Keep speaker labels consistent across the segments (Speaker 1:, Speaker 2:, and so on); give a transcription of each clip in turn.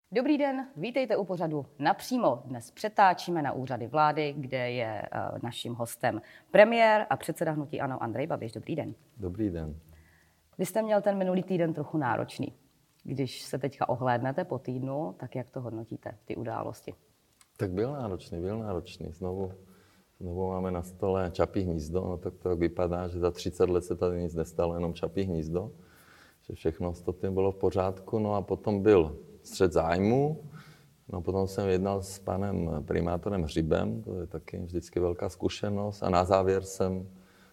Speaker 1: Dobrý den, vítejte u pořadu Napřímo. Dnes přetáčíme na úřady vlády, kde je naším hostem premiér a předseda hnutí ANO Andrej Babiš. Dobrý den.
Speaker 2: Dobrý den.
Speaker 1: Vy jste měl ten minulý týden trochu náročný. Když se teďka ohlédnete po týdnu, tak jak to hodnotíte, ty události?
Speaker 2: Tak byl náročný. Znovu máme na stole Čapí hnízdo, no tak to tak vypadá, že za 30 let se tady nic nestalo, jenom Čapí hnízdo, že všechno ostatně bylo v pořádku, no a potom byl střet zájmu, no potom jsem jednal s panem primátorem Hřibem, to je taky vždycky velká zkušenost, a na závěr jsem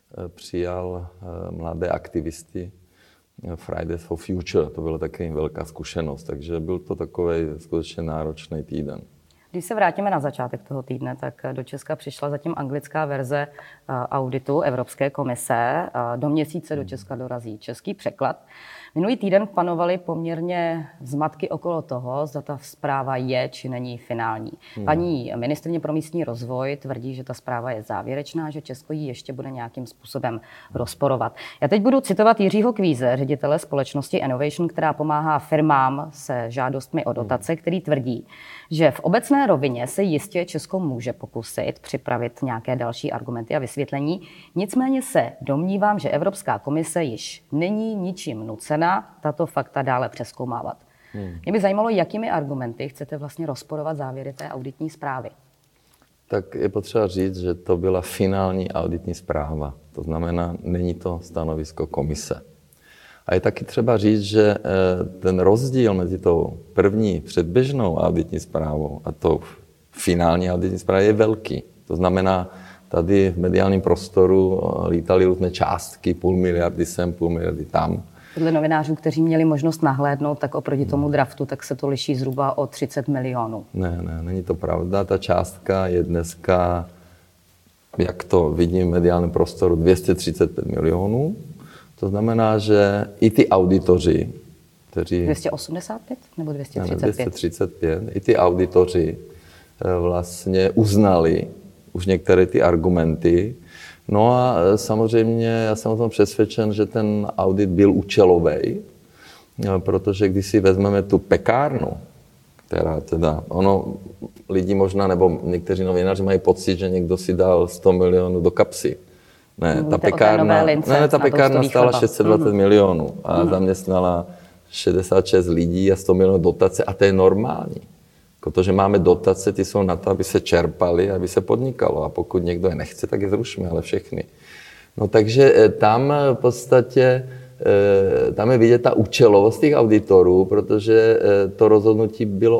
Speaker 2: přijal mladé aktivisty Fridays for Future, to byla taky velká zkušenost, takže byl to takový skutečně náročný týden.
Speaker 1: Když se vrátíme na začátek toho týdne, tak do Česka přišla zatím anglická verze auditu Evropské komise. Do měsíce do Česka dorazí český překlad. Minulý týden panovaly poměrně zmatky okolo toho, zda ta zpráva je či není finální. Paní ministryně pro místní rozvoj tvrdí, že ta zpráva je závěrečná, že Česko ji ještě bude nějakým způsobem rozporovat. Já teď budu citovat Jiřího Kvíze, ředitele společnosti Innovation, která pomáhá firmám se žádostmi o dotace, který tvrdí, že v obecné rovině se jistě Česko může pokusit připravit nějaké další argumenty a vysvětlení. Nicméně se domnívám, že Evropská komise již není ničím nucena tato fakta dále přezkoumávat. Mě by zajímalo, jakými argumenty chcete vlastně rozporovat závěry té auditní zprávy.
Speaker 2: Tak je potřeba říct, že to byla finální auditní zpráva. To znamená, není to stanovisko komise. A je taky třeba říct, že ten rozdíl mezi tou první předběžnou auditní zprávou a tou finální auditní zprávou je velký. To znamená, tady v mediálním prostoru lítaly různé částky, 0,5 miliardy sem, 0,5 miliardy tam.
Speaker 1: Podle novinářů, kteří měli možnost nahlédnout, tak oproti tomu draftu, tak se to liší zhruba o 30 milionů.
Speaker 2: Ne, není to pravda. Ta částka je dneska, jak to vidím v mediálním prostoru, 235 milionů. To znamená, že i ty auditoři, kteří...
Speaker 1: 285 nebo 235?
Speaker 2: Ne, 235. I ty auditoři vlastně uznali už některé ty argumenty. No a samozřejmě já jsem o tom přesvědčen, že ten audit byl účelový, protože když si vezmeme tu pekárnu, která teda, lidi možná, nebo někteří novináři mají pocit, že někdo si dal 100 milionů do kapsy. Ne, ta pekárna stála 620 milionů a zaměstnala 66 lidí a 100 milionů dotace a to je normální. Protože máme dotace, ty jsou na to, aby se čerpaly, aby se podnikalo. A pokud někdo je nechce, tak je zrušme, ale všechny. No takže tam v podstatě, tam je vidět ta účelovost těch auditorů, protože to rozhodnutí bylo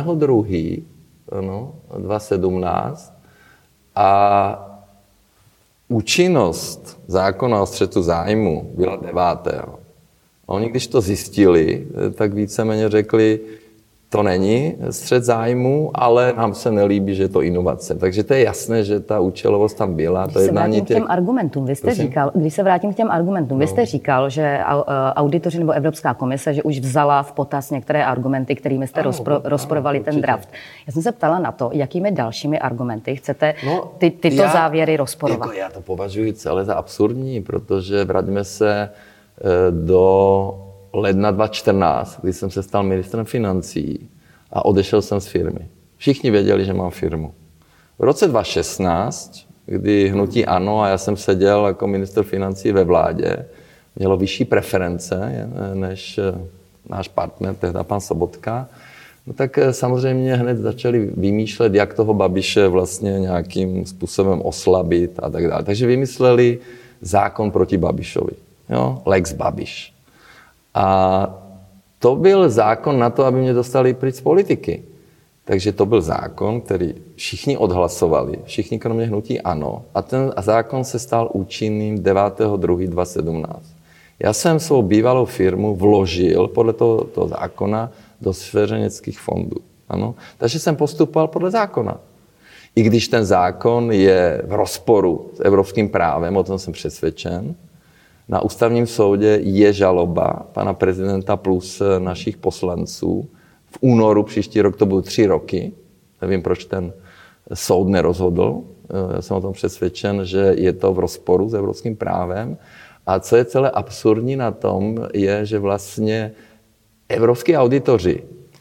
Speaker 2: 8.2.2017 a účinnost zákona o střetu zájmu byla 9. Oni, když to zjistili, tak víceméně řekli, to není střet zájmu, ale nám se nelíbí, že je to inovace. Takže to je jasné, že ta účelovost tam byla.
Speaker 1: Když se vrátím k těm argumentům, vy jste říkal, že auditoři nebo Evropská komise, že už vzala v potaz některé argumenty, kterými jste rozporovali ten draft. Já jsem se ptala na to, jakými dalšími argumenty chcete tyto závěry rozporovat.
Speaker 2: Já to považuji celé za absurdní, protože vraťme se do ledna 2014, kdy jsem se stal ministrem financí a odešel jsem z firmy. Všichni věděli, že mám firmu. V roce 2016, kdy hnutí ANO a já jsem seděl jako ministr financí ve vládě, mělo vyšší preference než náš partner, tehdy pan Sobotka, no tak samozřejmě hned začali vymýšlet, jak toho Babiše vlastně nějakým způsobem oslabit a tak dále. Takže vymysleli zákon proti Babišovi, Lex Babiš. A to byl zákon na to, aby mě dostali pryč z politiky. Takže to byl zákon, který všichni odhlasovali, všichni kromě hnutí ANO, a ten zákon se stal účinným 9.2.2017. Já jsem svou bývalou firmu vložil podle toho zákona do svěřeneckých fondů. Ano? Takže jsem postupoval podle zákona. I když ten zákon je v rozporu s evropským právem, o tom jsem přesvědčen, na ústavním soudě je žaloba pana prezidenta plus našich poslanců. V únoru příští rok to budou 3 roky. Nevím, proč ten soud nerozhodl. Já jsem o tom přesvědčen, že je to v rozporu s evropským právem. A co je celé absurdní na tom, je, že vlastně evropští auditoři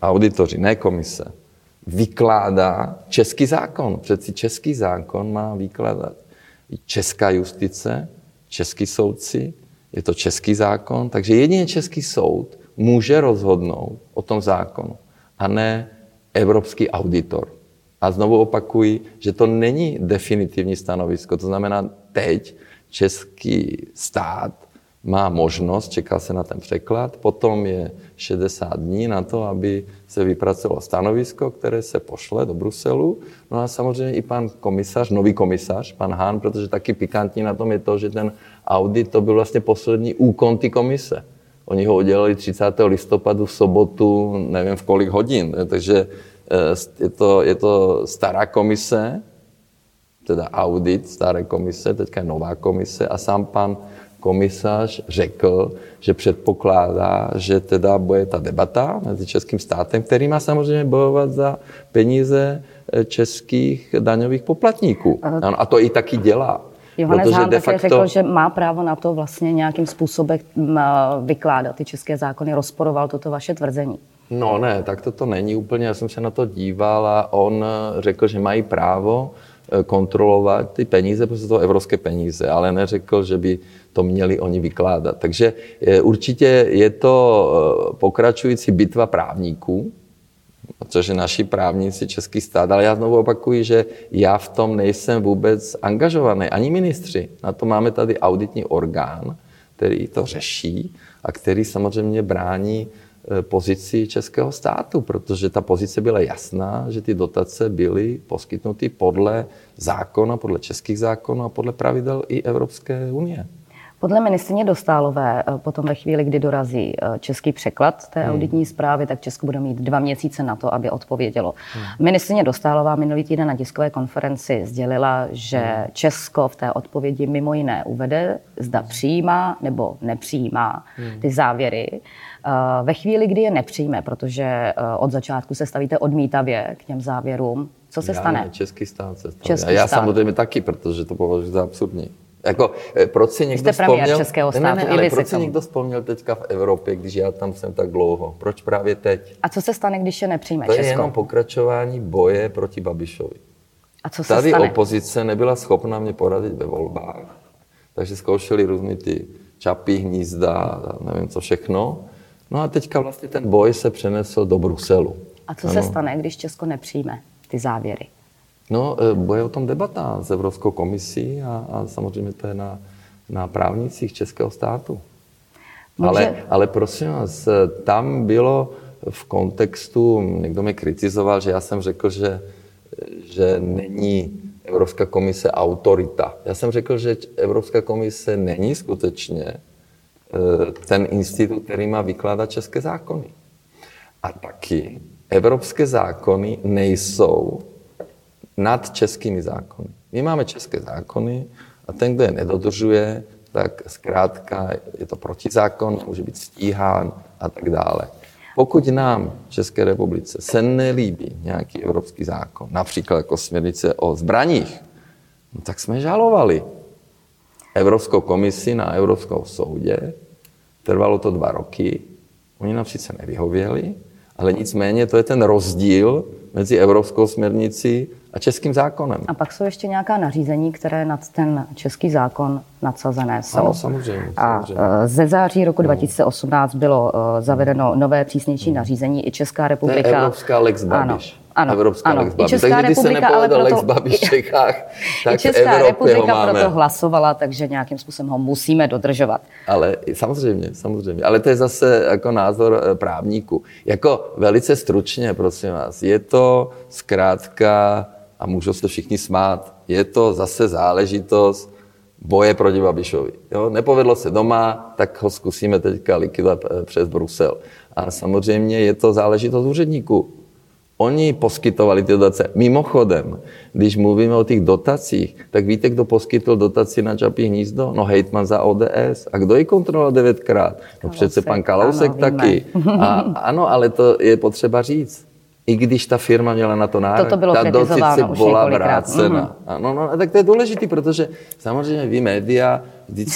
Speaker 2: auditoři, ne komise, vykládá český zákon. Přeci český zákon má vykládat česká justice, český soudci, je to český zákon, takže jedině český soud může rozhodnout o tom zákonu, a ne evropský auditor. A znovu opakuji, že to není definitivní stanovisko. To znamená, teď český stát má možnost, čeká se na ten překlad, potom je 60 dní na to, aby se vypracovalo stanovisko, které se pošle do Bruselu. No a samozřejmě i pan komisař, nový komisař, pan Hahn, protože taky pikantní na tom je to, že ten audit to byl vlastně poslední úkon té komise. Oni ho udělali 30. listopadu v sobotu, nevím v kolik hodin, takže je to stará komise, teda audit staré komise, teďka je nová komise a sám pan komisař řekl, že předpokládá, že teda bude ta debata mezi českým státem, který má samozřejmě bojovat za peníze českých daňových poplatníků. A to i taky dělá.
Speaker 1: Johannes Hahn také řekl, že má právo na to vlastně nějakým způsobem vykládat ty české zákony. Rozporoval toto vaše tvrzení?
Speaker 2: No ne, tak to není úplně. Já jsem se na to díval a on řekl, že mají právo kontrolovat ty peníze, protože to jsou evropské peníze, ale neřekl, že by to měli oni vykládat. Takže určitě je to pokračující bitva právníků, protože naši právníci, český stát, ale já znovu opakuji, že já v tom nejsem vůbec angažovaný, ani ministři. Na to máme tady auditní orgán, který to řeší a který samozřejmě brání pozici českého státu, protože ta pozice byla jasná, že ty dotace byly poskytnuty podle zákona, podle českých zákonů a podle pravidel i Evropské unie.
Speaker 1: Podle ministryně Dostálové potom ve chvíli, kdy dorazí český překlad té auditní zprávy, tak Česko bude mít 2 měsíce na to, aby odpovědělo. Ministryně Dostálová minulý týden na tiskové konferenci sdělila, že Česko v té odpovědi mimo jiné uvede, zda přijímá nebo nepřijímá ty závěry. Ve chvíli, kdy je nepřijme, protože od začátku se stavíte odmítavě k těm závěrům, co se stane?
Speaker 2: Český stát se staví. Já samozřejmě taky, protože to považuji za absurdní. Jako, proč si někdo
Speaker 1: vzpomněl, českého státu,
Speaker 2: ale proč si někdo vzpomněl teďka v Evropě, když já tam jsem tak dlouho? Proč právě teď?
Speaker 1: A co se stane, když je nepřijme
Speaker 2: Česko?
Speaker 1: To
Speaker 2: je jenom pokračování boje proti Babišovi.
Speaker 1: A co se
Speaker 2: Tady
Speaker 1: stane?
Speaker 2: opozice nebyla schopna mě poradit ve volbách, takže zkoušeli různý ty Čapí hnízda a nevím co všechno. No a teďka vlastně ten boj se přenesl do Bruselu.
Speaker 1: A co se stane, když Česko nepřijme ty závěry?
Speaker 2: No, bude o tom debata s Evropskou komisí a samozřejmě to je na právnicích českého státu. Ale prosím vás, tam bylo v kontextu, někdo mě kritizoval, že já jsem řekl, že není Evropská komise autorita. Já jsem řekl, že Evropská komise není skutečně ten institut, který má vykládat české zákony. A taky evropské zákony nejsou nad českými zákony. My máme české zákony a ten, kdo je nedodržuje, tak zkrátka je to protizákon, může být stíhán a tak dále. Pokud nám v České republice se nelíbí nějaký evropský zákon, například jako směrnice o zbraních, no tak jsme žalovali Evropskou komisi na Evropském soudě. Trvalo to 2 roky. Oni nám sice nevyhověli, ale nicméně to je ten rozdíl mezi evropskou směrnicí a českým zákonem.
Speaker 1: A pak jsou ještě nějaká nařízení, které nad ten český zákon nadsazené jsou.
Speaker 2: Ano, samozřejmě.
Speaker 1: A ze září roku 2018 bylo zavedeno nové přísnější nařízení. I Česká republika...
Speaker 2: To je Evropská Lex Babiš.
Speaker 1: Ano,
Speaker 2: Evropská Lex Babiš.
Speaker 1: Takže když se nepovedl
Speaker 2: Lex Babiš v Čechách, tak
Speaker 1: i Česká
Speaker 2: v Evropě
Speaker 1: republika
Speaker 2: ho máme.
Speaker 1: proto hlasovala, takže nějakým způsobem ho musíme dodržovat.
Speaker 2: Ale samozřejmě. Ale to je zase jako názor právníků. Jako velice stručně, prosím vás, je to zkrátka, a můžou se všichni smát, je to zase záležitost boje proti Babišovi. Jo? Nepovedlo se doma, tak ho zkusíme teďka likvidovat přes Brusel. A samozřejmě je to záležitost úředníků. Oni poskytovali ty dotace. Mimochodem, když mluvíme o těch dotacích, tak víte, kdo poskytl dotaci na Čapí hnízdo? No hejtman za ODS. A kdo ji kontroloval 9krát? No přece pan Kalousek taky. A ano, ale to je potřeba říct. I když ta firma měla na to nárok, ta dotace byla vrácena. No, tak to je důležité, protože samozřejmě vy média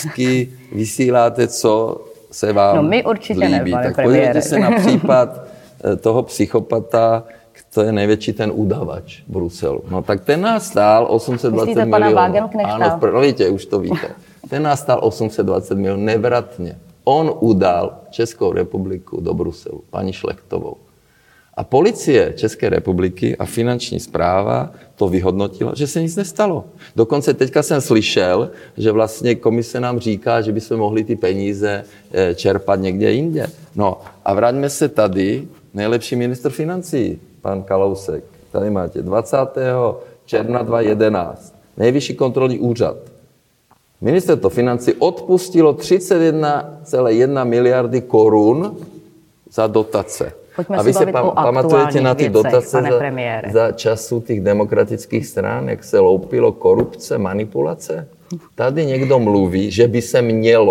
Speaker 2: vždycky vysíláte, co se vám
Speaker 1: my určitě
Speaker 2: líbí.
Speaker 1: Ne,
Speaker 2: tak podívejte se na případ toho psychopata, to je největší ten udavač v Bruselu. No tak ten nás stál 820 milionů.
Speaker 1: Myslíte pana Wagenknechta?
Speaker 2: Ano, promiňte, už to víte. Ten nás stál 820 milionů nevratně. On udal Českou republiku do Bruselu, paní Šlechtovou. A policie České republiky a finanční správa to vyhodnotila, že se nic nestalo. Dokonce teďka jsem slyšel, že vlastně komise nám říká, že bychom mohli ty peníze čerpat někde jinde. No a vraťme se tady, nejlepší ministr financí, pan Kalousek. Tady máte 20. června 2011. Nejvyšší kontrolní úřad. Ministerstvo financí odpustilo 31,1 miliardy korun za dotace.
Speaker 1: Pojďme
Speaker 2: a vy se pamatujete na ty
Speaker 1: věcech,
Speaker 2: dotace
Speaker 1: za
Speaker 2: času těch demokratických stran, jak se loupilo korupce, manipulace? Tady někdo mluví, že by se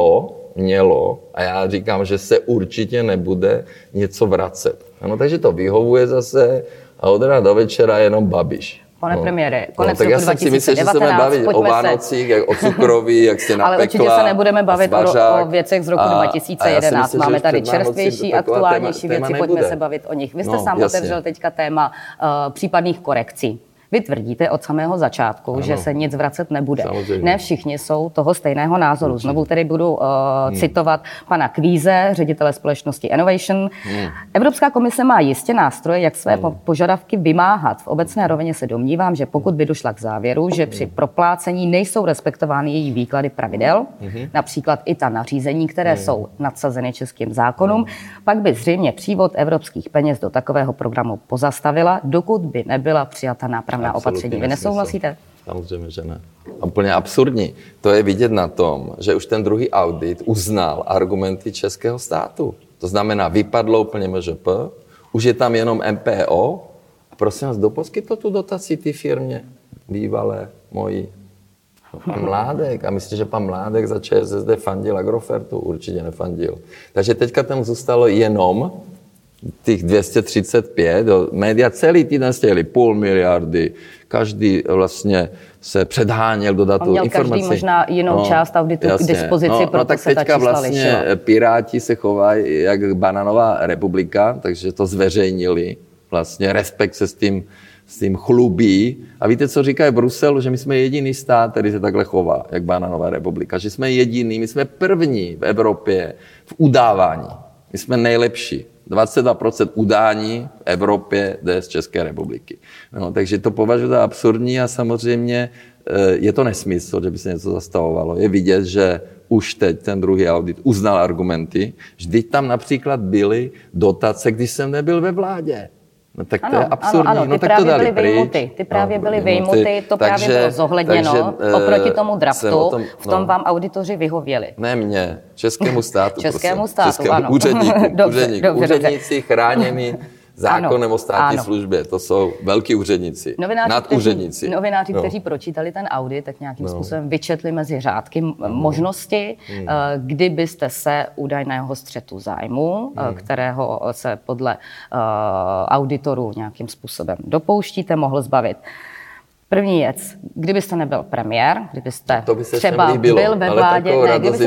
Speaker 2: mělo, a já říkám, že se určitě nebude něco vracet. Ano, takže to vyhovuje zase a od rána do večera jenom Babiš.
Speaker 1: Pane premiére, konec
Speaker 2: tak
Speaker 1: roku
Speaker 2: já jsem si myslel, že se budeme bavit o Vánocích, jak o cukroví, jak se napekla.
Speaker 1: Ale určitě se nebudeme bavit o věcech z roku 2011. Myslím, máme tady čerstvější, aktuálnější věci, pojďme se bavit o nich. Vy jste sám otevřel teďka téma případných korekcí. Vy tvrdíte od samého začátku, ano, že se nic vracet nebude. Samozřejmě. Ne všichni jsou toho stejného názoru. Určitě. Znovu tedy budu citovat pana Kvíze, ředitele společnosti Innovation. Evropská komise má jistě nástroje, jak své požadavky vymáhat. V obecné rovině se domnívám, že pokud by došla k závěru, že při proplácení nejsou respektovány její výklady pravidel, například i ta nařízení, které jsou nadsazeny českým zákonům, pak by zřejmě přívod evropských peněz do takového programu pozastavila, dokud by nebyla přijata nápravná opatření. Vy nesouhlasíte?
Speaker 2: Samozřejmě, že ne. Úplně absurdní. To je vidět na tom, že už ten druhý audit uznal argumenty českého státu. To znamená, vypadlo úplně MŽP, už je tam jenom MPO. A prosím vás, kdo poskytl tu dotaci té firmě bývalé mojí? Pan Mládek. A myslíte, že pan Mládek za ČSSD fandil Agrofertu? Určitě nefandil. Takže teďka tam zůstalo jenom těch 235, média celý týden chtěli 0,5 miliardy, každý vlastně se předháněl dodat tu informaci.
Speaker 1: Každý možná jinou část auditu k dispozici, proto
Speaker 2: tak
Speaker 1: se ta
Speaker 2: teďka
Speaker 1: čísla
Speaker 2: vlastně
Speaker 1: lišila.
Speaker 2: Piráti se chovají jak bananová republika, takže to zveřejnili, vlastně Respekt se s tím chlubí. A víte, co říkají v Bruselu? Že my jsme jediný stát, který se takhle chová, jak bananová republika. Že jsme jediný, my jsme první v Evropě v udávání. My jsme nejlepší. 22% udání v Evropě jde z České republiky. No, takže to považuji za absurdní a samozřejmě je to nesmysl, že by se něco zastavovalo. Je vidět, že už teď ten druhý audit uznal argumenty. Vždyť tam například byly dotace, když jsem nebyl ve vládě. No tak to je absurdní.
Speaker 1: Ano,
Speaker 2: no tak to dali pryč.
Speaker 1: Ty právě byly vyjmuty, to právě bylo zohledněno oproti tomu draftu. V tom vám auditoři vyhověli.
Speaker 2: Ne mně, českému státu.
Speaker 1: Českému státu, ano.
Speaker 2: Úředníci chráněni zákonem o státní službě. To jsou velký úředníci, nadúředníci.
Speaker 1: Novináři, kteří pročítali ten audit, tak nějakým způsobem vyčetli mezi řádky možnosti, kdybyste se údajného střetu zájmu, kterého se podle auditorů nějakým způsobem dopouštíte, mohl zbavit. První věc, kdybyste nebyl premiér, kdybyste třeba byl ve vládě,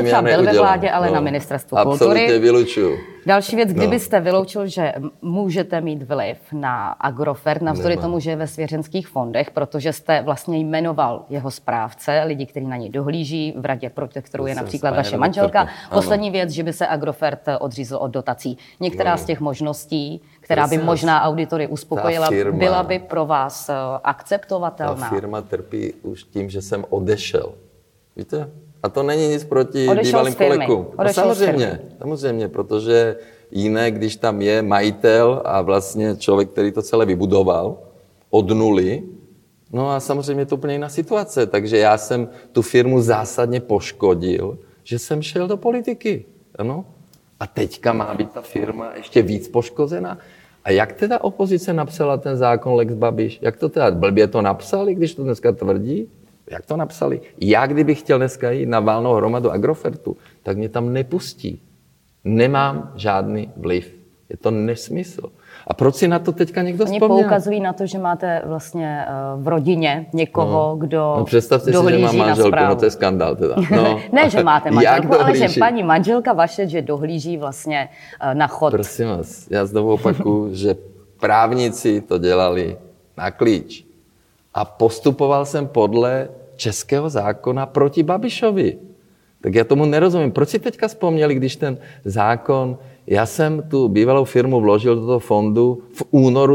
Speaker 1: ale na ministerstvu kultury.
Speaker 2: Absolutně vylučuju.
Speaker 1: Další věc, kdybyste vyloučil, že můžete mít vliv na Agrofert, navzdory tomu, že je ve svěřenských fondech, protože jste vlastně jmenoval jeho správce, lidi, kteří na něj dohlíží, v radě protektorů je například vaše manželka. Poslední věc, že by se Agrofert odřízl od dotací. Některá z těch možností, která by možná auditory uspokojila, byla by pro vás akceptovatelná.
Speaker 2: Ta firma trpí už tím, že jsem odešel. Víte? A to není nic proti bývalým kolegům. Samozřejmě, protože jiné, když tam je majitel a vlastně člověk, který to celé vybudoval od nuly, no a samozřejmě je to úplně jiná situace. Takže já jsem tu firmu zásadně poškodil, že jsem šel do politiky. Ano? A teďka má být ta firma ještě víc poškozená. A jak teda opozice napsala ten zákon Lex Babiš? Jak to teda blbě to napsali, když to dneska tvrdí? Jak to napsali? Já, kdybych chtěl dneska jít na valnou hromadu Agrofertu, tak mě tam nepustí. Nemám žádný vliv. Je to nesmysl. A proč si na to teďka někdo
Speaker 1: Oni
Speaker 2: vzpomněl?
Speaker 1: poukazují na to, že máte vlastně v rodině někoho, kdo
Speaker 2: představte si, že mám manželku, no to je skandál teda. No.
Speaker 1: Ne, že máte manželku, ale že paní manželka vaše, že dohlíží vlastně na chod.
Speaker 2: Prosím vás, já znovu opakuju, že právníci to dělali na klíč. A postupoval jsem podle českého zákona proti Babišovi. Tak já tomu nerozumím. Proč si teďka vzpomněli, když ten zákon... Já jsem tu bývalou firmu vložil do toho fondu v únoru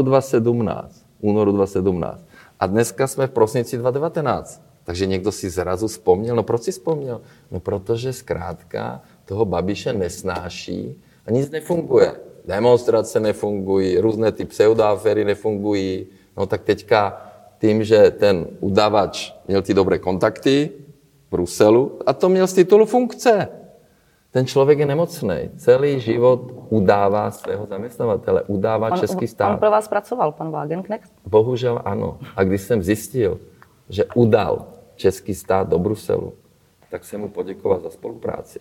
Speaker 2: 2017. A dneska jsme v prosinci 2019. Takže někdo si zrazu vzpomněl. No proč si vzpomněl? No protože zkrátka toho Babiše nesnáší a nic nefunguje. Demonstrace nefungují, různé ty pseudoaféry nefungují. No tak teďka tím, že ten udavač měl ty dobré kontakty v Bruselu a to měl z titulu funkce. Ten člověk je nemocný. Celý život udává svého zaměstnavatele, udává český stát.
Speaker 1: On pro vás pracoval, pan Wagenknecht?
Speaker 2: Bohužel ano. A když jsem zjistil, že udal český stát do Bruselu, tak jsem mu poděkoval za spolupráci.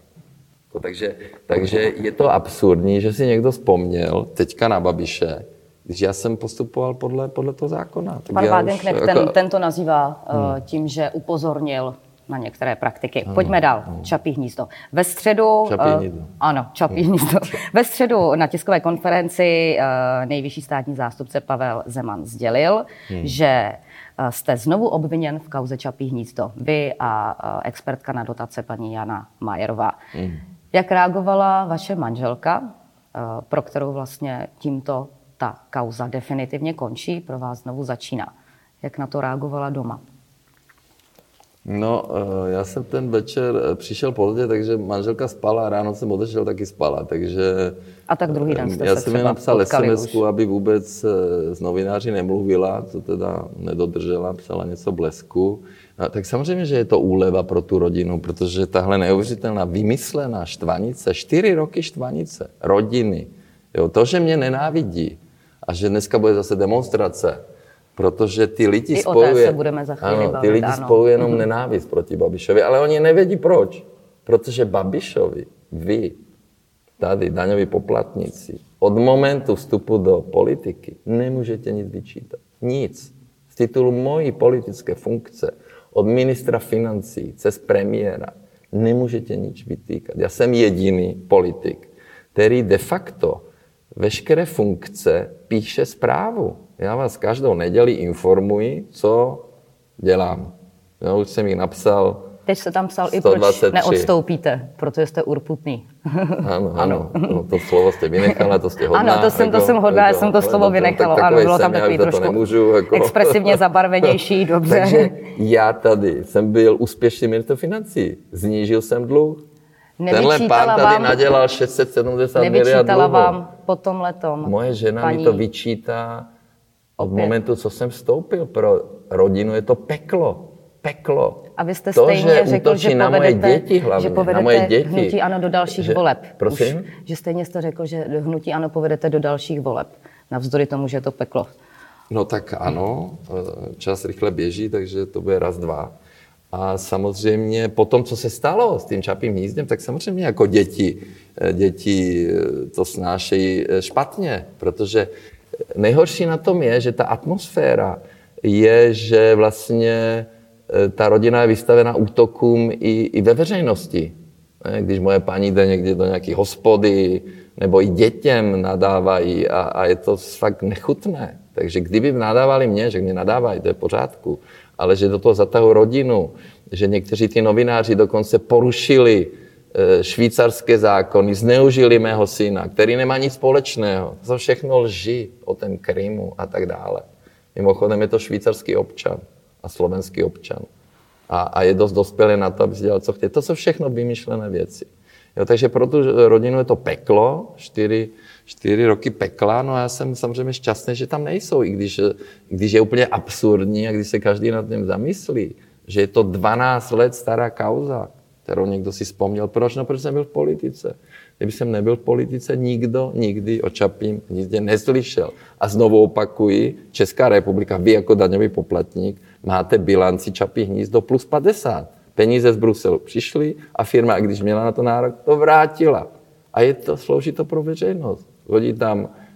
Speaker 2: Takže je to absurdní, že si někdo vzpomněl teďka na Babiše, když já jsem postupoval podle toho zákona.
Speaker 1: Pan Wagenknecht ten to nazývá tím, že upozornil na některé praktiky. Pojďme dál. Čapí hnízdo. Ve středu... Čapí hnízdo. Ve středu na tiskové konferenci nejvyšší státní zástupce Pavel Zeman sdělil, že jste znovu obviněn v kauze Čapí hnízdo. Vy a expertka na dotace paní Jana Majerová. Jak reagovala vaše manželka, pro kterou vlastně tímto ta kauza definitivně končí, pro vás znovu začíná? Jak na to reagovala doma?
Speaker 2: No, já jsem ten večer přišel pozdě, takže manželka spala a ráno jsem odešel, taky spala, takže...
Speaker 1: A tak druhý den jste
Speaker 2: já
Speaker 1: se
Speaker 2: jsem jí napsal SMS-ku, aby vůbec s novináři nemluvila, to teda nedodržela, psala něco blesku. No, tak samozřejmě, že je to úleva pro tu rodinu, protože tahle neuvěřitelná vymyslená štvanice, 4 roky štvanice, rodiny, jo, to, že mě nenávidí a že dneska bude zase demonstrace, protože ty lidi spojuje, ty lidi spojuje jenom nenávist proti Babišovi, ale oni nevědí proč. Protože Babišovi, vy, tady daňoví poplatníci, od momentu vstupu do politiky nemůžete nic vyčítat. Nic. Z titulu mojí politické funkce, od ministra financí cez premiéra, nemůžete nic vytýkat. Já jsem jediný politik, který de facto veškeré funkce píše zprávu. Já vás každou neděli informuji, co dělám. Já už jsem jich napsal.
Speaker 1: Teď jste tam psal 123. I proč neodstoupíte, protože jste urputný.
Speaker 2: Ano. No, to slovo jste vynechala, to jste hodná.
Speaker 1: Ano, to jsem hodná, já jsem to slovo vynechala. Ano, bylo tam takový trošku expresivně zabarvenější, dobře.
Speaker 2: Takže já tady jsem byl úspěšný ministr financí. Znížil jsem dluh. Tenhle pán tady nadělal 670 miliard dluhu.
Speaker 1: Nevyčítala vám po tomhletom.
Speaker 2: Moje žena mi to vyčítá od momentu, co jsem vstoupil. Pro rodinu je to peklo.
Speaker 1: A vy jste stejně řekl, že
Speaker 2: na moje děti hlavně,
Speaker 1: že povedete
Speaker 2: na moje děti.
Speaker 1: Hnutí ANO do dalších voleb.
Speaker 2: Prosím?
Speaker 1: Že stejně jste řekl, že Hnutí ANO povedete do dalších voleb. Navzdory tomu, že je to peklo.
Speaker 2: No tak ano, čas rychle běží, takže to bude raz, dva. A samozřejmě po tom, co se stalo s tím Čapím hnízdem, tak samozřejmě jako děti to snášejí špatně, protože nejhorší na tom je, že ta atmosféra je, že vlastně ta rodina je vystavena útokům i ve veřejnosti. Když moje paní jde někde do nějaké hospody, nebo i dětem nadávají a je to fakt nechutné. Takže kdyby nadávali mě, že mě nadávají, to je v pořádku, ale že do toho zatahují rodinu, že někteří ty novináři dokonce porušili švýcarské zákony, zneužili mého syna, který nemá nic společného. To jsou všechno lži o tom Krymu a tak dále. Mimochodem je to švýcarský občan a slovenský občan. A je dost dospělý na to, aby si dělal, co chtěl. To jsou všechno vymyšlené věci. Jo, takže pro tu rodinu je to peklo, 4 roky pekla, no a já jsem samozřejmě šťastný, že tam nejsou, i když je úplně absurdní a když se každý nad tím zamyslí, že je to 12 let stará kauza, kterou někdo si vzpomněl. Proč? No, protože jsem byl v politice. Kdyby jsem nebyl v politice, nikdo nikdy o Čapím hnízdě neslyšel. A znovu opakuji, Česká republika, vy jako daňový poplatník, máte bilanci Čapí hnízdo plus 50. Peníze z Bruselu přišly a firma, když měla na to nárok, to vrátila. A slouží to pro veřejnost. Chodí tam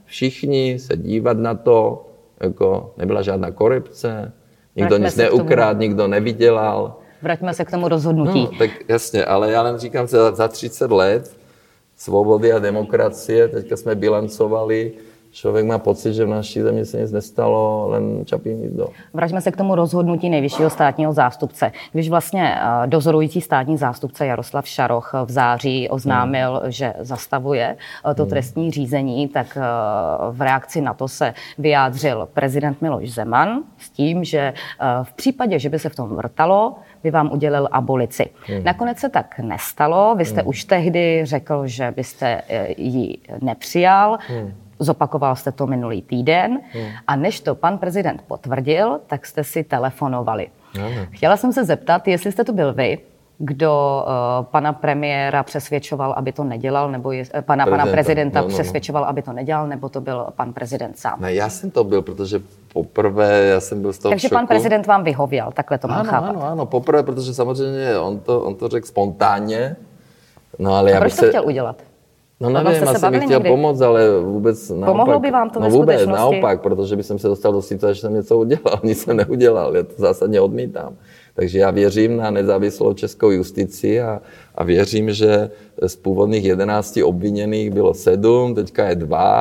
Speaker 2: Všichni se dívat na to, jako nebyla žádná korupce, nikdo nic neukradl, nikdo nevydělal.
Speaker 1: Vraťme se k tomu rozhodnutí.
Speaker 2: No, tak jasně, ale já jen říkám, že za 30 let svobody a demokracie, teďka jsme bilancovali, člověk má pocit, že v naší zemi se nic nestalo, len Čapí hnízdo.
Speaker 1: Vraťme se k tomu rozhodnutí nejvyššího státního zástupce. Když vlastně dozorující státní zástupce Jaroslav Šaroch v září oznámil, že zastavuje to trestní řízení, tak v reakci na to se vyjádřil prezident Miloš Zeman s tím, že v případě, že by se v tom vrtalo, by vám udělil abolici. Nakonec se tak nestalo. Vy jste už tehdy řekl, že byste ji nepřijal. Zopakoval jste to minulý týden a než to pan prezident potvrdil, tak jste si telefonovali. Chtěla jsem se zeptat, jestli jste to byl vy, kdo pana premiéra přesvědčoval, aby to nedělal, nebo pana prezidenta přesvědčoval, aby to nedělal, nebo to byl pan prezident sám?
Speaker 2: Ne, já jsem to byl, protože poprvé já jsem byl z toho
Speaker 1: Takže
Speaker 2: šoku.
Speaker 1: pan prezident vám vyhověl, takhle to mám chápat.
Speaker 2: Ano, poprvé, protože samozřejmě on to řekl spontánně. No, ale
Speaker 1: a proč to chtěl udělat?
Speaker 2: No nevím, asi bych chtěl pomoct, ale vůbec naopak.
Speaker 1: Pomohlo by vám to ve
Speaker 2: vůbec
Speaker 1: skutečnosti?
Speaker 2: naopak, protože bych se dostal do situace, že jsem něco udělal, nic jsem neudělal, já to zásadně odmítám. Takže já věřím na nezávislou českou justici a věřím, že z původných 11 obviněných bylo 7, teďka je 2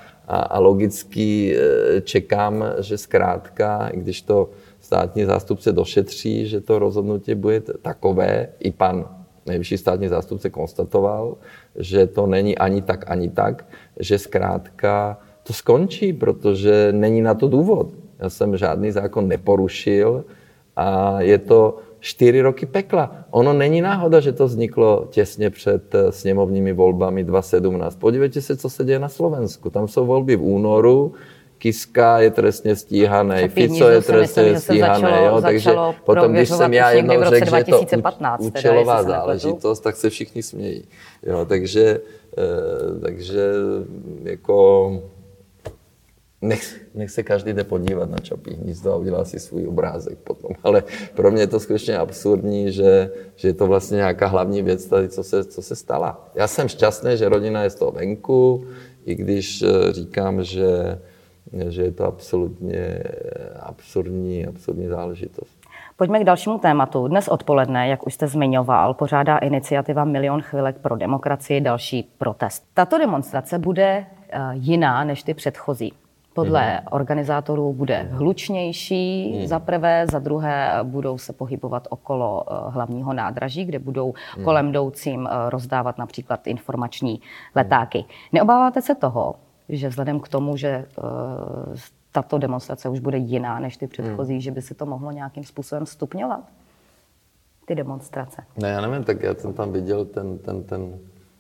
Speaker 2: a logicky čekám, že zkrátka, i když to státní zástupce došetří, že to rozhodnutí bude takové, i pan nejvyšší státní zástupce konstatoval, že to není ani tak, že zkrátka to skončí, protože není na to důvod. Já jsem žádný zákon neporušil a je to 4 roky pekla. Ono není náhoda, že to vzniklo těsně před sněmovními volbami 2017. Podívejte se, co se děje na Slovensku. Tam jsou volby v únoru, Kiska je trestně stíhaný, Fico je trestně stíhaný, takže potom, když jsem já jednou řekl, že je to účelová záležitost, tak se všichni smějí. Jo, takže jako nech se každý jde podívat na Čapí hnízdo a udělá si svůj obrázek potom. Ale pro mě je to skutečně absurdní, že je to vlastně nějaká hlavní věc tady, co se stala. Já jsem šťastný, že rodina je z toho venku, i když říkám, že je to absolutně absurdní záležitost.
Speaker 1: Pojďme k dalšímu tématu. Dnes odpoledne, jak už jste zmiňoval, pořádá iniciativa Milion chvilek pro demokracii další protest. Tato demonstrace bude jiná než ty předchozí. Podle organizátorů bude hlučnější za prvé, za druhé budou se pohybovat okolo hlavního nádraží, kde budou kolem jdoucím rozdávat například informační letáky. Neobáváte se toho, že vzhledem k tomu, že tato demonstrace už bude jiná než ty předchozí, že by se to mohlo nějakým způsobem stupňovat, ty demonstrace?
Speaker 2: Ne, já nevím, tak já jsem tam viděl ten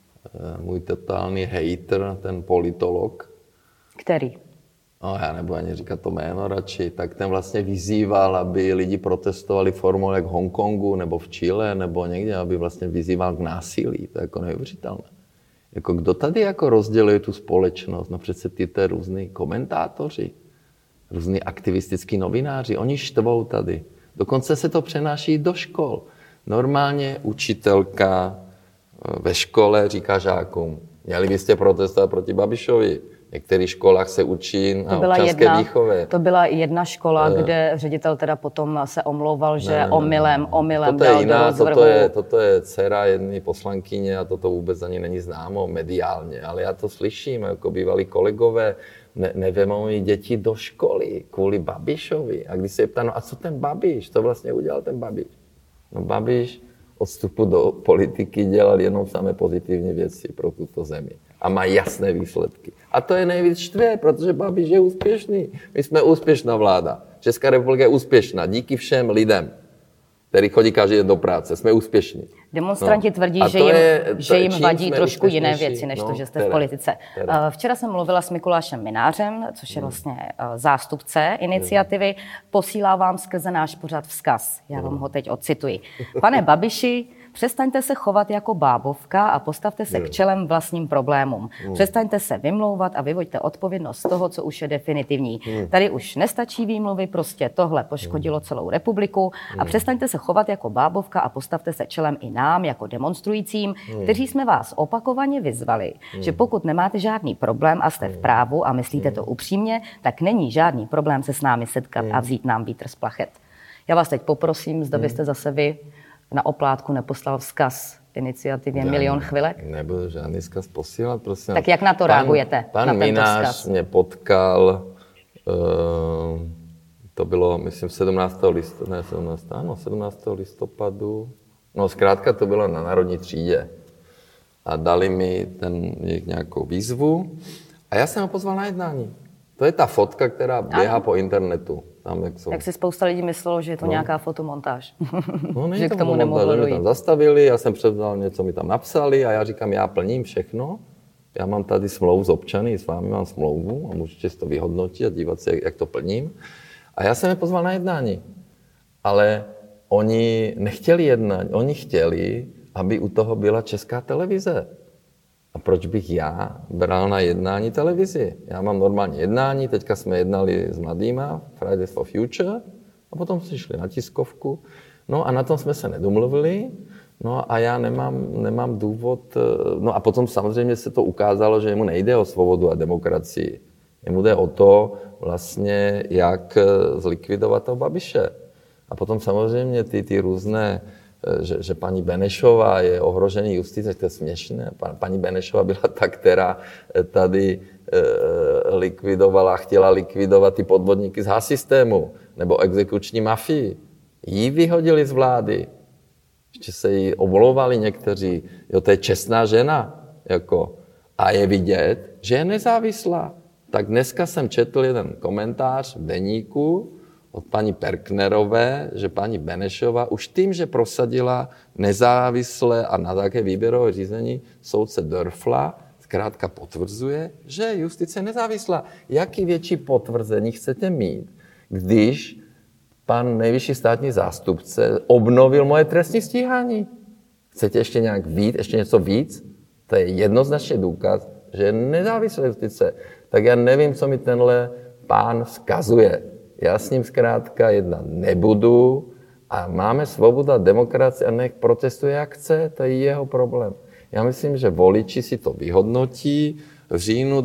Speaker 2: můj totální hater, ten politolog.
Speaker 1: Který?
Speaker 2: No, já nebudu ani říkat to jméno radši, tak ten vlastně vyzýval, aby lidi protestovali formou jak v Hongkongu nebo v Chile nebo někde, aby vlastně vyzýval k násilí. To je jako neuvěřitelné. Jako kdo tady jako rozděluje tu společnost? No přece ty různý komentátoři, různý aktivistický novináři, oni štvou tady. Dokonce se to přenáší do škol. Normálně učitelka ve škole říká žákům, měli byste protestovat proti Babišovi. V některých školách se učí na občanské výchově.
Speaker 1: To byla jedna škola, kde ředitel teda potom se omlouval, že omylem dal do rozvrhu.
Speaker 2: Toto je dcera jedné poslankyně a toto vůbec ani není známo mediálně, ale já to slyším, jako bývalí kolegové nevemou jí děti do školy kvůli Babišovi. A když se je ptá, no a co ten Babiš? Co vlastně udělal ten Babiš? No Babiš od vstupu do politiky dělal jenom samé pozitivní věci pro tuto zemi. A má jasné výsledky. A to je nejvíc štve, protože Babiš je úspěšný. My jsme úspěšná vláda. Česká republika je úspěšná díky všem lidem, kteří chodí každý den do práce. Jsme úspěšní.
Speaker 1: Demonstranti tvrdí, že jim vadí trošku jiné věci, než to, že jste v politice. Včera jsem mluvila s Mikulášem Minářem, což je vlastně zástupce iniciativy. Posílá vám skrze náš pořad vzkaz. Já vám ho teď odcituji. Pane Babiši, Přestaňte se chovat jako bábovka a postavte se k čelem vlastním problémům. Přestaňte se vymlouvat a vyvoďte odpovědnost z toho, co už je definitivní. Tady už nestačí výmluvy, prostě tohle poškodilo celou republiku a přestaňte se chovat jako bábovka a postavte se čelem i nám, jako demonstrujícím, kteří jsme vás opakovaně vyzvali, že pokud nemáte žádný problém a jste v právu a myslíte to upřímně, tak není žádný problém se s námi setkat a vzít nám vítr z plachet. Já vás teď poprosím, zda byste zase vy na oplátku neposlal vzkaz iniciativě Milion chvilek?
Speaker 2: Nebudu žádný vzkaz posílat, prosím.
Speaker 1: Tak jak na to reagujete?
Speaker 2: Pan Minář mě potkal, to bylo, myslím, 17. listopadu. No, zkrátka to bylo na Národní třídě. A dali mi nějakou výzvu a já jsem ho pozval na jednání. To je ta fotka, která běhá po internetu. Tam,
Speaker 1: jak si spousta lidí myslelo, že je to nějaká fotomontáž.
Speaker 2: No,
Speaker 1: že k tomu nemohlo
Speaker 2: dojít. Mě tam zastavili, já jsem převzal něco, mi tam napsali a já říkám, já plním všechno. Já mám tady smlouvu s občany, s vámi mám smlouvu a můžete si to vyhodnotit a dívat se, jak to plním. A já jsem je pozval na jednání. Ale oni nechtěli jednat, oni chtěli, aby u toho byla Česká televize. A proč bych já bral na jednání televizi? Já mám normálně jednání, teďka jsme jednali s mladýma, Fridays for Future, a potom jsme šli na tiskovku. No a na tom jsme se nedomluvili, no a já nemám důvod. No a potom samozřejmě se to ukázalo, že jemu nejde o svobodu a demokracii. Jemu jde o to vlastně, jak zlikvidovat toho Babiše. A potom samozřejmě ty různé, že paní Benešová je ohrožení justice, to je směšné. Paní Benešová byla ta, která tady chtěla likvidovat ty podvodníky z H-systému nebo exekuční mafii. Jí vyhodili z vlády. Ještě se jí omlouvali někteří. Jo, to je čestná žena. Jako. A je vidět, že je nezávislá. Tak dneska jsem četl jeden komentář v deníku od paní Perknerové, že paní Benešová už tím, že prosadila nezávisle a na také výběrové řízení soudce Dörfla, zkrátka potvrzuje, že justice je nezávislá. Jaký větší potvrzení chcete mít, když pan nejvyšší státní zástupce obnovil moje trestní stíhání? Chcete ještě nějak víc, ještě něco víc? To je jednoznačně důkaz, že je nezávislá justice. Tak já nevím, co mi tenhle pán vzkazuje. Já s ním zkrátka jednat nebudu a máme svobodu a demokracii a nech protestuje jak chce, to je jeho problém. Já myslím, že voliči si to vyhodnotí v říjnu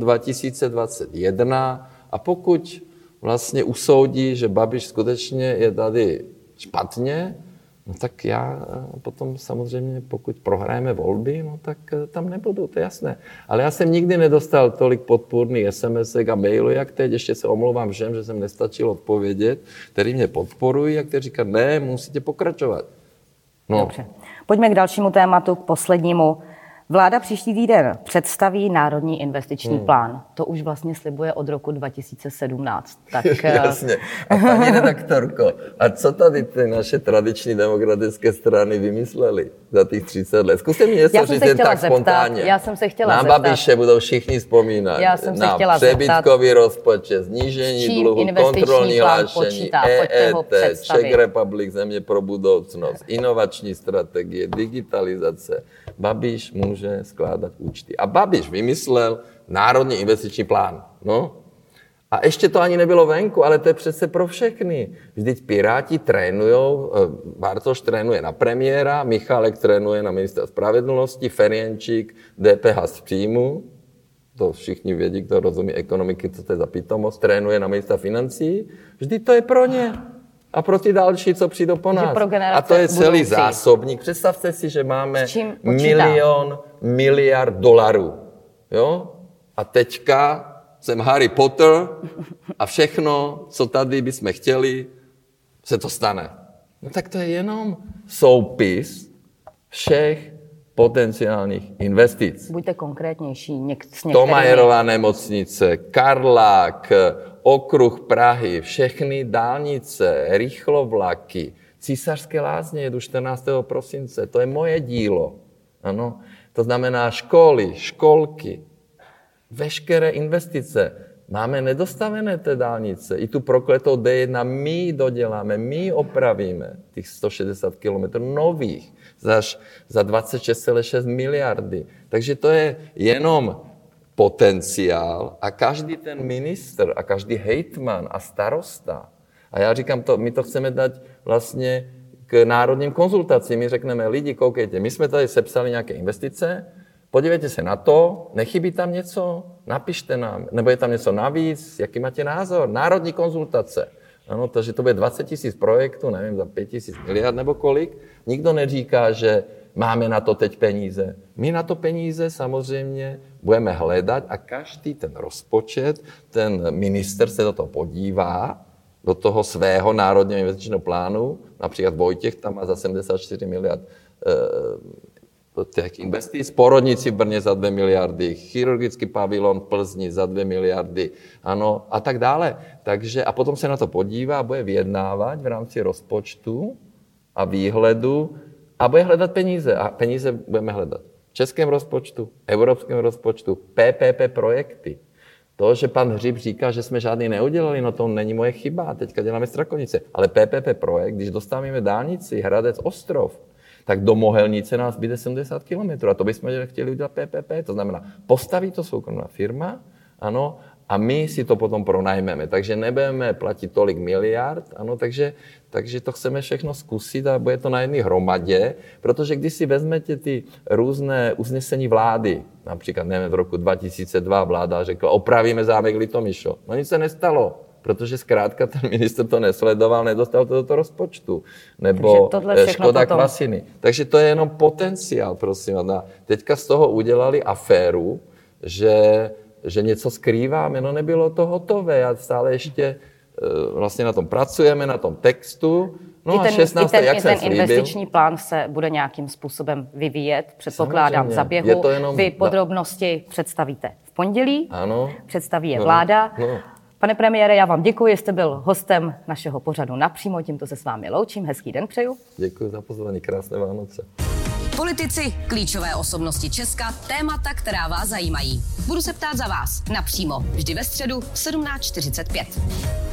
Speaker 2: 2021 a pokud vlastně usoudí, že Babiš skutečně je tady špatně, no tak já potom samozřejmě, pokud prohrajeme volby, no tak tam nebudu, to je jasné. Ale já jsem nikdy nedostal tolik podpůrných SMS-ek a mailů, jak teď. Ještě se omlouvám všem, že jsem nestačil odpovědět, který mě podporují a kteří říkají, ne, musíte pokračovat. No.
Speaker 1: Dobře. Pojďme k dalšímu tématu, k poslednímu. Vláda příští týden představí Národní investiční plán. To už vlastně slibuje od roku 2017. Tak...
Speaker 2: Jasně. A paní redaktorko, a co tady ty naše tradiční demokratické strany vymyslely za těch 30 let? Zkuste mi něco říct jen tak spontánně.
Speaker 1: Já jsem se chtěla zeptat.
Speaker 2: Na Babiše budou všichni vzpomínat. Na přebytkový rozpočet, snížení dluhu, kontrolní hlášení, EET, Czech Republic, země pro budoucnost, inovační strategie, digitalizace. Babiš může skládat účty. A Babiš vymyslel Národní investiční plán. No. A ještě to ani nebylo venku, ale to je přece pro všechny. Vždyť Piráti trénujou, Bartoš trénuje na premiéra, Michálek trénuje na ministra spravedlnosti, Ferjenčík DPH z příjmu, to všichni vědí, kdo rozumí ekonomiky, co to je za pitomost, trénuje na ministra financí, vždyť to je pro ně. A pro ty další, co přijdou po nás. A to je celý zásobník. Představte si, že máme miliard dolarů. Jo? A teďka jsem Harry Potter a všechno, co tady bychom chtěli, se to stane. No tak to je jenom soupis všech potenciálních investic.
Speaker 1: Buďte konkrétnější.
Speaker 2: Thomayerova nemocnice, Karlák, okruh Prahy, všechny dálnice, rychlovlaky, Císařské lázně jedu 14. prosince, to je moje dílo. Ano? To znamená školy, školky, veškeré investice. Máme nedostavené té dálnice. I tu prokletou D1 my doděláme, my opravíme těch 160 kilometrů nových za 26,6 miliardy. Takže to je jenom potenciál a každý ten ministr a každý hejtman a starosta. A já říkám, my to chceme dát vlastně k národním konzultacím. My řekneme, lidi, koukejte, my jsme tady sepsali nějaké investice, podívejte se na to, nechybí tam něco, napište nám, nebo je tam něco navíc, jaký máte názor, národní konzultace. Ano, takže to bude 20 000 projektů, nevím, za 5 000 miliard nebo kolik. Nikdo neříká, že máme na to teď peníze. My na to peníze samozřejmě budeme hledat a každý ten rozpočet, ten minister se do toho podívá, do toho svého národního investičního plánu, například Vojtěch tam má za 74 miliard těch investic, porodnici v Brně za 2 miliardy, chirurgický pavilon v Plzni za 2 miliardy, ano, a tak dále. Takže, a potom se na to podívá a bude vyjednávat v rámci rozpočtu a výhledu a bude hledat peníze. A peníze budeme hledat v českém rozpočtu, evropském rozpočtu, PPP projekty. To, že pan Hřib říká, že jsme žádný neudělali, no to není moje chyba, teďka děláme Strakonice. Ale PPP projekt, když dostáváme dálnici Hradec Ostrov, tak do Mohelnice nás bude 70 kilometrů. A to bychom chtěli udělat PPP. To znamená, postaví to soukromá firma, ano, a my si to potom pronajmeme. Takže nebudeme platit tolik miliard, ano, takže to chceme všechno zkusit a bude to na jedné hromadě, protože když si vezmete ty různé usnesení vlády, například nevím, v roku 2002 vláda řekla, opravíme zámek Litomyšl. No nic se nestalo. Protože zkrátka ten ministr to nesledoval, nedostal to do toho rozpočtu. Nebo Škoda Kvasiny. Takže to je jenom potenciál, prosím. A teďka z toho udělali aféru, že něco skrýváme. No nebylo to hotové. A stále ještě vlastně na tom pracujeme, na tom textu. No a 16. jak jsem slíbil.
Speaker 1: Investiční plán se bude nějakým způsobem vyvíjet, předpokládám v zaběhu. Vy podrobnosti představíte v pondělí,
Speaker 2: ano.
Speaker 1: Představí je vláda. No. Pane premiére, já vám děkuji, jste byl hostem našeho pořadu Napřímo, tímto se s vámi loučím, hezký den přeju.
Speaker 2: Děkuji za pozvání, krásné Vánoce.
Speaker 3: Politici, klíčové osobnosti Česka, témata, která vás zajímají. Budu se ptát za vás napřímo, vždy ve středu v 17:45.